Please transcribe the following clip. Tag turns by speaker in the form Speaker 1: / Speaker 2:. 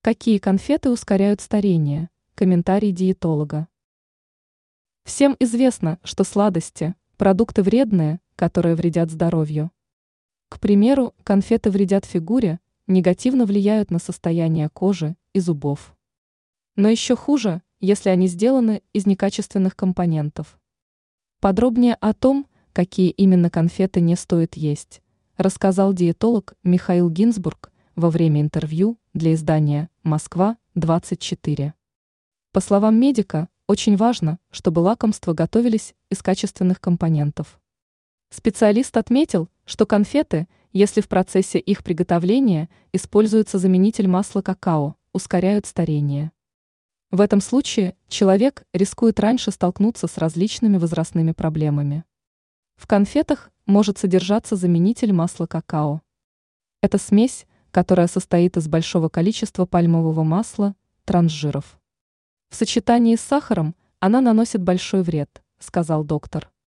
Speaker 1: Какие конфеты ускоряют старение? Комментарий диетолога. Всем известно, что сладости – продукты вредные, которые вредят здоровью. К примеру, конфеты вредят фигуре, негативно влияют на состояние кожи и зубов. Но еще хуже, если они сделаны из некачественных компонентов. Подробнее о том, какие именно конфеты не стоит есть, рассказал диетолог Михаил Гинзбург во время интервью для издания «Москва-24». По словам медика, очень важно, чтобы лакомства готовились из качественных компонентов. Специалист отметил, что конфеты, если в процессе их приготовления используется заменитель масла какао, ускоряют старение. В этом случае человек рискует раньше столкнуться с различными возрастными проблемами. В конфетах может содержаться заменитель масла какао. Это смесь, которая состоит из большого количества пальмового масла, трансжиров. В сочетании с сахаром она наносит большой вред, сказал доктор.